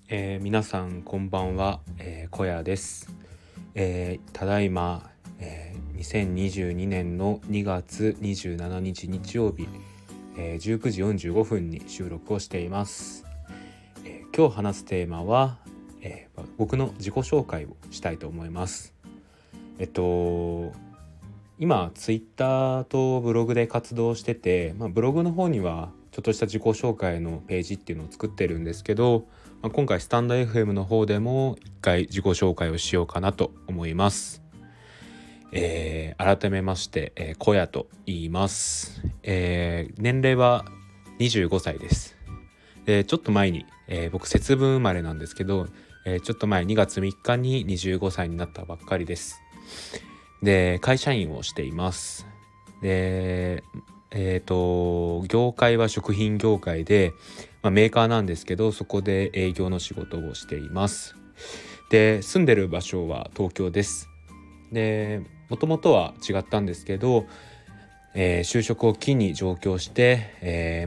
皆さんこんばんは、小屋です。ただいま、2022年の2月27日日曜日、19時45分に収録をしています。今日話すテーマは、僕の自己紹介をしたいと思います。今ツイッターとブログで活動してて、ブログの方にはちょっとした自己紹介のページっていうのを作ってるんですけど、今回スタンド FM の方でも一回自己紹介をしようかなと思います。改めまして、小屋と言います。年齢は25歳です。ちょっと前に、僕節分生まれなんですけど、ちょっと前2月3日に25歳になったばっかりです。で、会社員をしています。で、業界は食品業界で、メーカーなんですけど、そこで営業の仕事をしています。で、住んでる場所は東京です。で、もともとは違ったんですけど、就職を機に上京して、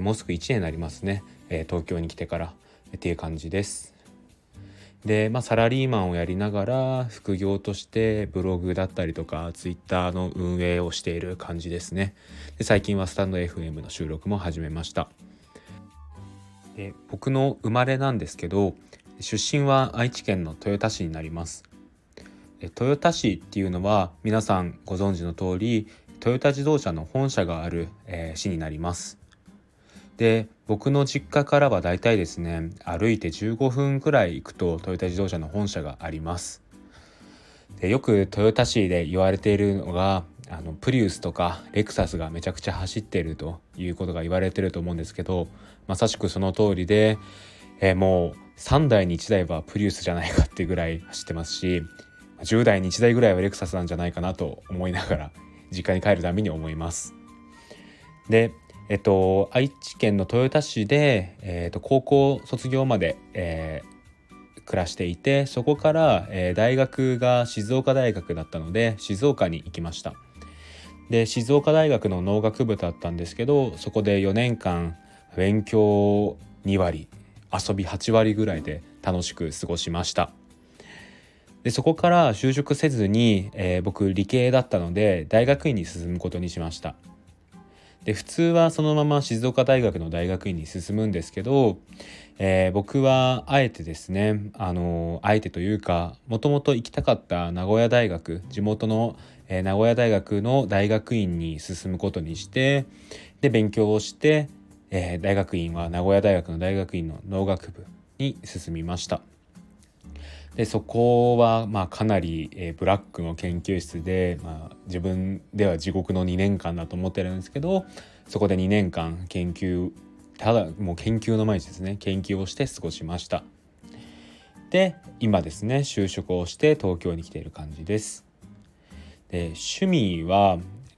もうすぐ1年になりますね、東京に来てからっていう感じです。で、サラリーマンをやりながら副業としてブログだったりとかツイッターの運営をしている感じですね。で、最近はスタンド FM の収録も始めました。で、僕の生まれなんですけど、出身は愛知県の豊田市になります。豊田市っていうのは皆さんご存知の通りトヨタ自動車の本社がある、市になります。で、僕の実家からはだいたいですね、歩いて15分くらい行くとトヨタ自動車の本社があります。で、よく豊田市で言われているのがプリウスとかレクサスがめちゃくちゃ走っているということが言われていると思うんですけど、まさしくその通りで、もう3台に1台はプリウスじゃないかっていうぐらい走ってますし、10台に1台ぐらいはレクサスなんじゃないかなと思いながら実家に帰るために思います。で、愛知県の豊田市で、高校卒業まで、暮らしていて、そこから、大学が静岡大学だったので静岡に行きました。で、静岡大学の農学部だったんですけど、そこで4年間勉強2割遊び8割ぐらいで楽しく過ごしました。で、そこから就職せずに、僕理系だったので大学院に進むことにしました。で、普通はそのまま静岡大学の大学院に進むんですけど、僕はあえてですね、あえてというか、もともと行きたかった名古屋大学、地元の、名古屋大学の大学院に進むことにして、で勉強をして、大学院は名古屋大学の大学院の農学部に進みました。で、そこはかなり、ブラックの研究室で、自分では地獄の2年間だと思ってるんですけど、そこで2年間ただもう研究の毎日ですね、研究をして過ごしました。で、今ですね、就職をして東京に来ている感じです。で、趣味は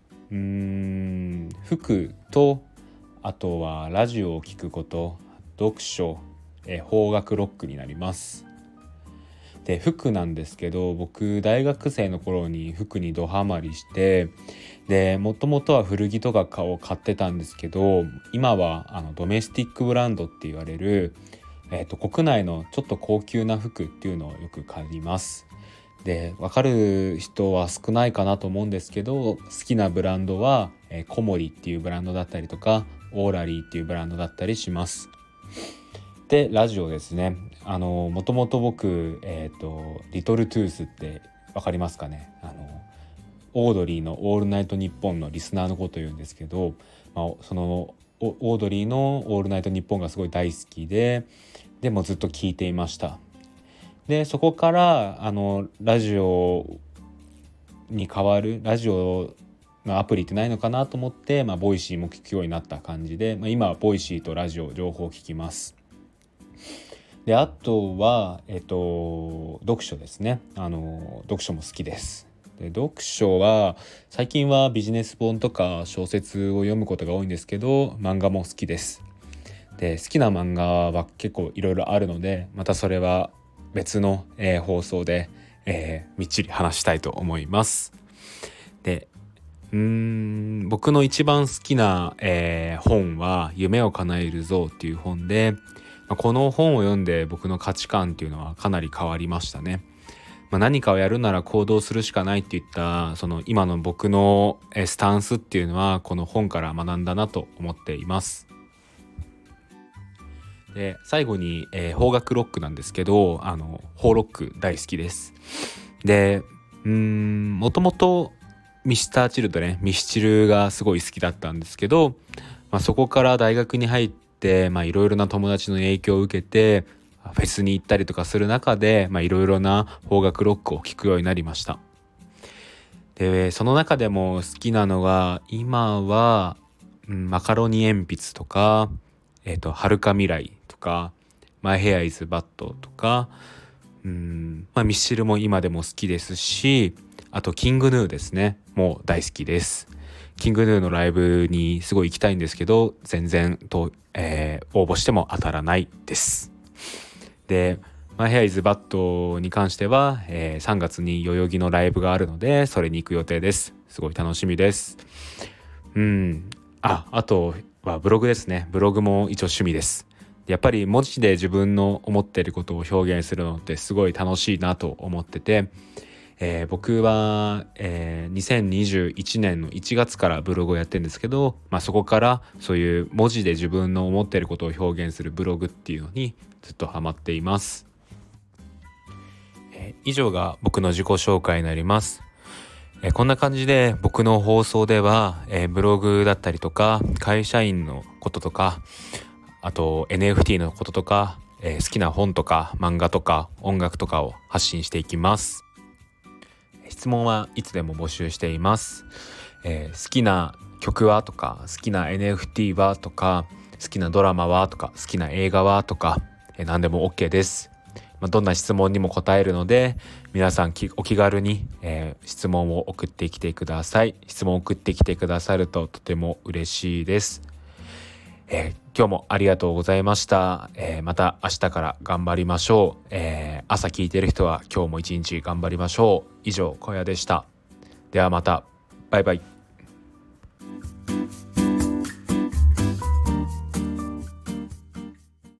服と、あとはラジオを聞くこと、読書、邦楽ロックになります。で、服なんですけど、僕大学生の頃に服にドハマりして、で、もともとは古着とかを買ってたんですけど、今はドメスティックブランドって言われる、国内のちょっと高級な服っていうのをよく買います。で、分かる人は少ないかなと思うんですけど、好きなブランドは、コモリっていうブランドだったりとか、オーラリーっていうブランドだったりします。で、ラジオですね。もともと僕、リトルトゥースってわかりますかね。オードリーのオールナイトニッポンのリスナーのことを言うんですけど、そのオードリーのオールナイトニッポンがすごい大好きで、でもずっと聞いていました。で、そこからラジオに代わるラジオのアプリってないのかなと思って、ボイシーも聞くようになった感じで、今はボイシーとラジオ両方聞きます。で、あとは、読書ですね。読書も好きです。で、読書は最近はビジネス本とか小説を読むことが多いんですけど、漫画も好きです。で、好きな漫画は結構いろいろあるので、またそれは別の、放送で、みっちり話したいと思います。で、僕の一番好きな、本は夢を叶えるぞっていう本で、 この本を読んで僕の価値観っていうのはかなり変わりましたね。何かをやるなら行動するしかないっていったその今の僕のスタンスっていうのはこの本から学んだなと思っています。で最後に、邦楽ロックなんですけど邦ロック大好きです。でもともとミスターチルドレンミスチルがすごい好きだったんですけど、そこから大学に入っていろいろな友達の影響を受けてフェスに行ったりとかする中でいろいろな邦楽ロックを聴くようになりました。でその中でも好きなのが今は、マカロニ鉛筆とか遥か未来とかマイヘアイズバッドとかミスチルも今でも好きですし、あとキングヌーですねもう大好きです。キングヌーのライブにすごい行きたいんですけど全然応募しても当たらないです。でマイヘアイズバッドに関しては、3月に代々木のライブがあるのでそれに行く予定です。すごい楽しみです。あとはブログですね。ブログも一応趣味です。やっぱり文字で自分の思っていることを表現するのってすごい楽しいなと思ってて、僕は、2021年の1月からブログをやってるんですけど、そこからそういう文字で自分の思っていることを表現するブログっていうのにずっとハマっています。以上が僕の自己紹介になります。こんな感じで僕の放送では、ブログだったりとか会社員のこととかあと NFT のこととか、好きな本とか漫画とか音楽とかを発信していきます。質問はいつでも募集しています。好きな曲はとか好きな NFT はとか好きなドラマはとか好きな映画はとか、何でも OK です。どんな質問にも答えるので皆さんお気軽に、質問を送ってきてください。質問を送ってきてくださるととても嬉しいです。今日もありがとうございました。また明日から頑張りましょう。朝聞いてる人は今日も一日頑張りましょう。以上、小屋でした。ではまた。バイバイ。